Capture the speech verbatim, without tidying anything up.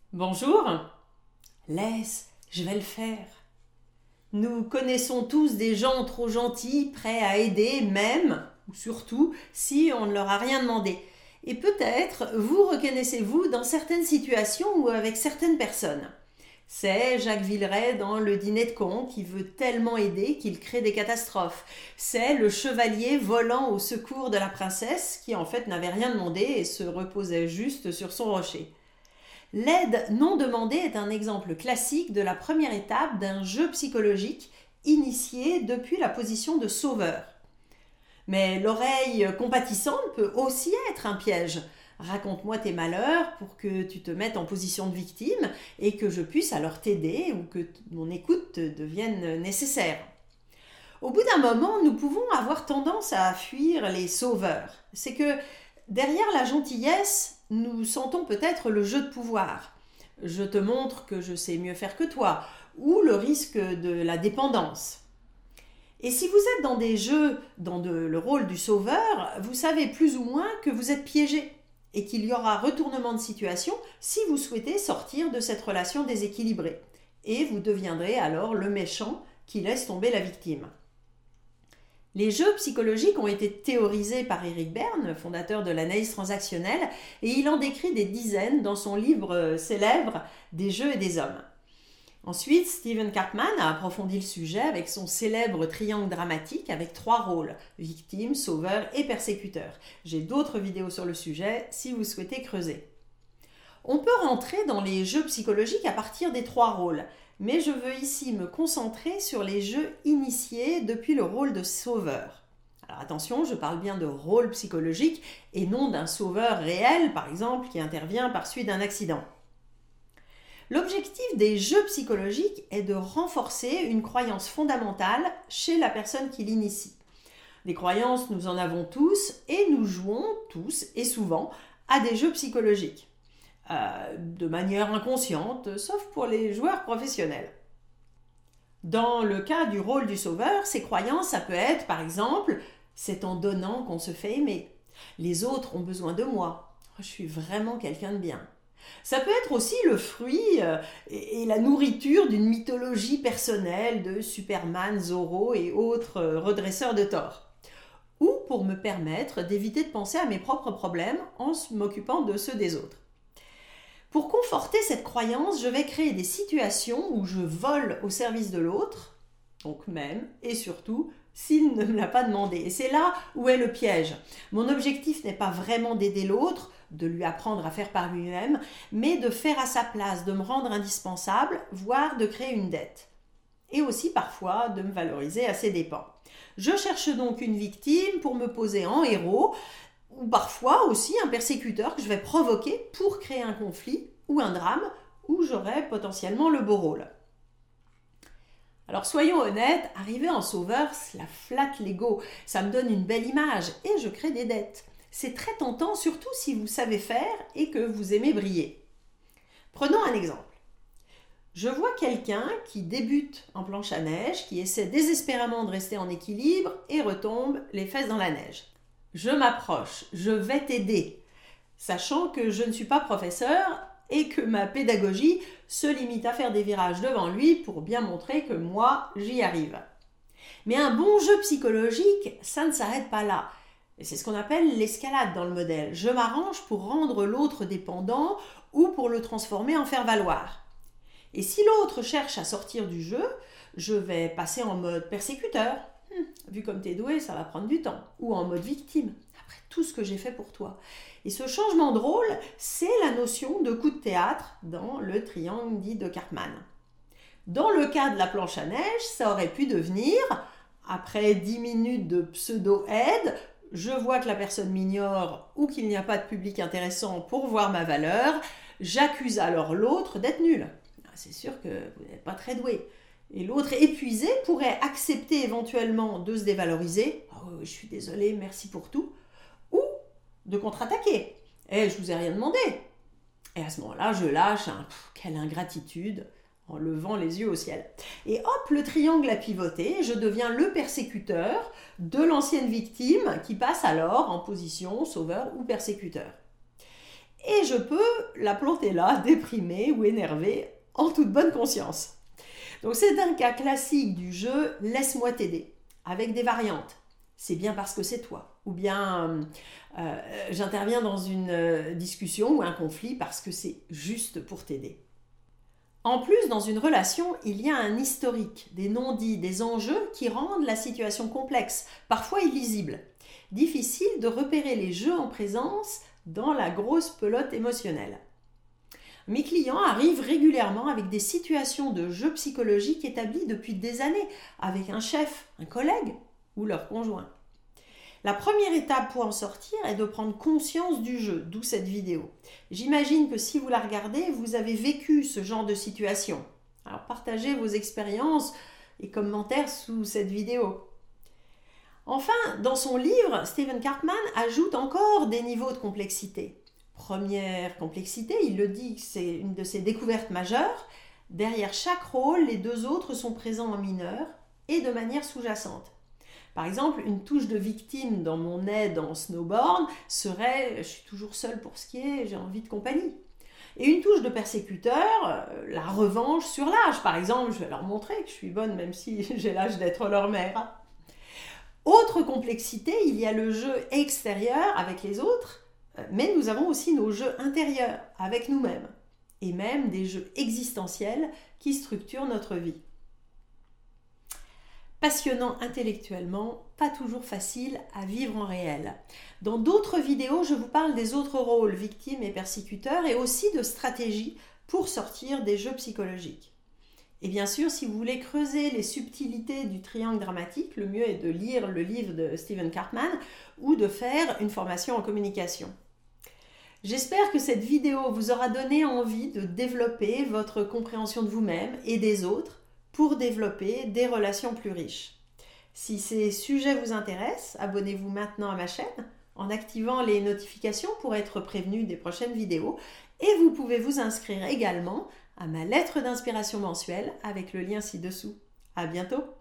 Bonjour. Laisse, je vais le faire. Nous connaissons tous des gens trop gentils, prêts à aider, même, ou surtout, si on ne leur a rien demandé. Et peut-être vous reconnaissez-vous dans certaines situations ou avec certaines personnes. C'est Jacques Villeray dans Le Dîner de cons qui veut tellement aider qu'il crée des catastrophes. C'est le chevalier volant au secours de la princesse qui en fait n'avait rien demandé et se reposait juste sur son rocher. L'aide non demandée est un exemple classique de la première étape d'un jeu psychologique initié depuis la position de sauveur. Mais l'oreille compatissante peut aussi être un piège. Raconte-moi tes malheurs pour que tu te mettes en position de victime et que je puisse alors t'aider ou que mon écoute te devienne nécessaire. Au bout d'un moment, nous pouvons avoir tendance à fuir les sauveurs. C'est que derrière la gentillesse, nous sentons peut-être le jeu de pouvoir. Je te montre que je sais mieux faire que toi, ou le risque de la dépendance. Et si vous êtes dans des jeux, dans de, le rôle du sauveur, vous savez plus ou moins que vous êtes piégé et qu'il y aura retournement de situation si vous souhaitez sortir de cette relation déséquilibrée. Et vous deviendrez alors le méchant qui laisse tomber la victime. Les jeux psychologiques ont été théorisés par Eric Berne, fondateur de l'analyse transactionnelle, et il en décrit des dizaines dans son livre célèbre « Des jeux et des hommes ». Ensuite, Stephen Karpman a approfondi le sujet avec son célèbre triangle dramatique avec trois rôles, victime, sauveur et persécuteur. J'ai d'autres vidéos sur le sujet si vous souhaitez creuser. On peut rentrer dans les jeux psychologiques à partir des trois rôles, mais je veux ici me concentrer sur les jeux initiés depuis le rôle de sauveur. Alors attention, je parle bien de rôle psychologique et non d'un sauveur réel, par exemple, qui intervient par suite d'un accident. L'objectif des jeux psychologiques est de renforcer une croyance fondamentale chez la personne qui l'initie. Des croyances, nous en avons tous et nous jouons tous et souvent à des jeux psychologiques. Euh, de manière inconsciente, sauf pour les joueurs professionnels. Dans le cas du rôle du sauveur, ces croyances, ça peut être, par exemple, c'est en donnant qu'on se fait aimer. Les autres ont besoin de moi. Je suis vraiment quelqu'un de bien. Ça peut être aussi le fruit euh, et, et la nourriture d'une mythologie personnelle de Superman, Zorro et autres euh, redresseurs de tort. Ou pour me permettre d'éviter de penser à mes propres problèmes en m'occupant de ceux des autres. Pour conforter cette croyance, je vais créer des situations où je vole au service de l'autre, donc même et surtout s'il ne me l'a pas demandé. Et c'est là où est le piège. Mon objectif n'est pas vraiment d'aider l'autre, de lui apprendre à faire par lui-même, mais de faire à sa place, de me rendre indispensable, voire de créer une dette. Et aussi parfois de me valoriser à ses dépens. Je cherche donc une victime pour me poser en héros, ou parfois aussi un persécuteur que je vais provoquer pour créer un conflit ou un drame où j'aurai potentiellement le beau rôle. Alors soyons honnêtes, arriver en sauveur, cela flatte l'ego, ça me donne une belle image et je crée des dettes. C'est très tentant, surtout si vous savez faire et que vous aimez briller. Prenons un exemple. Je vois quelqu'un qui débute en planche à neige, qui essaie désespérément de rester en équilibre et retombe les fesses dans la neige. Je m'approche, je vais t'aider, sachant que je ne suis pas professeur et que ma pédagogie se limite à faire des virages devant lui pour bien montrer que moi, j'y arrive. Mais un bon jeu psychologique, ça ne s'arrête pas là. Et c'est ce qu'on appelle l'escalade dans le modèle. Je m'arrange pour rendre l'autre dépendant ou pour le transformer en faire-valoir. Et si l'autre cherche à sortir du jeu, je vais passer en mode persécuteur. Vu comme t'es doué, ça va prendre du temps. Ou en mode victime, après tout ce que j'ai fait pour toi. Et ce changement de rôle, c'est la notion de coup de théâtre dans le triangle dit de Karpman. Dans le cas de la planche à neige, ça aurait pu devenir, après dix minutes de pseudo-aide, je vois que la personne m'ignore ou qu'il n'y a pas de public intéressant pour voir ma valeur, j'accuse alors l'autre d'être nul. C'est sûr que vous n'êtes pas très doué. Et l'autre épuisé pourrait accepter éventuellement de se dévaloriser. Oh, je suis désolée, merci pour tout. Ou de contre-attaquer. Eh, je vous ai rien demandé. Et à ce moment-là, je lâche un pff, quelle ingratitude en levant les yeux au ciel. Et hop, le triangle a pivoté. Je deviens le persécuteur de l'ancienne victime qui passe alors en position sauveur ou persécuteur. et je peux la planter là, déprimée ou énervée, en toute bonne conscience. Donc c'est un cas classique du jeu « Laisse-moi t'aider » avec des variantes. C'est bien parce que c'est toi. Ou bien euh, j'interviens dans une euh, discussion ou un conflit parce que c'est juste pour t'aider. En plus, dans une relation, il y a un historique, des non-dits, des enjeux qui rendent la situation complexe, parfois illisible. Difficile de repérer les jeux en présence dans la grosse pelote émotionnelle. Mes clients arrivent régulièrement avec des situations de jeux psychologiques établies depuis des années, avec un chef, un collègue ou leur conjoint. La première étape pour en sortir est de prendre conscience du jeu, d'où cette vidéo. J'imagine que si vous la regardez, vous avez vécu ce genre de situation. Alors partagez vos expériences et commentaires sous cette vidéo. Enfin, dans son livre, Stephen Karpman ajoute encore des niveaux de complexité. Première complexité, il le dit, c'est une de ses découvertes majeures. Derrière chaque rôle, les deux autres sont présents en mineur et de manière sous-jacente. Par exemple, une touche de victime dans mon aide en snowboard serait « je suis toujours seule pour skier, j'ai envie de compagnie ». Et une touche de persécuteur, la revanche sur l'âge. Par exemple, je vais leur montrer que je suis bonne même si j'ai l'âge d'être leur mère. Autre complexité, il y a le jeu extérieur avec les autres, mais nous avons aussi nos jeux intérieurs avec nous-mêmes, et même des jeux existentiels qui structurent notre vie. Passionnant intellectuellement, pas toujours facile à vivre en réel. Dans d'autres vidéos, je vous parle des autres rôles, victimes et persécuteurs, et aussi de stratégies pour sortir des jeux psychologiques. Et bien sûr, si vous voulez creuser les subtilités du triangle dramatique, le mieux est de lire le livre de Stephen Karpman ou de faire une formation en communication. J'espère que cette vidéo vous aura donné envie de développer votre compréhension de vous-même et des autres pour développer des relations plus riches. Si ces sujets vous intéressent, abonnez-vous maintenant à ma chaîne en activant les notifications pour être prévenu des prochaines vidéos et vous pouvez vous inscrire également à ma lettre d'inspiration mensuelle avec le lien ci-dessous. À bientôt!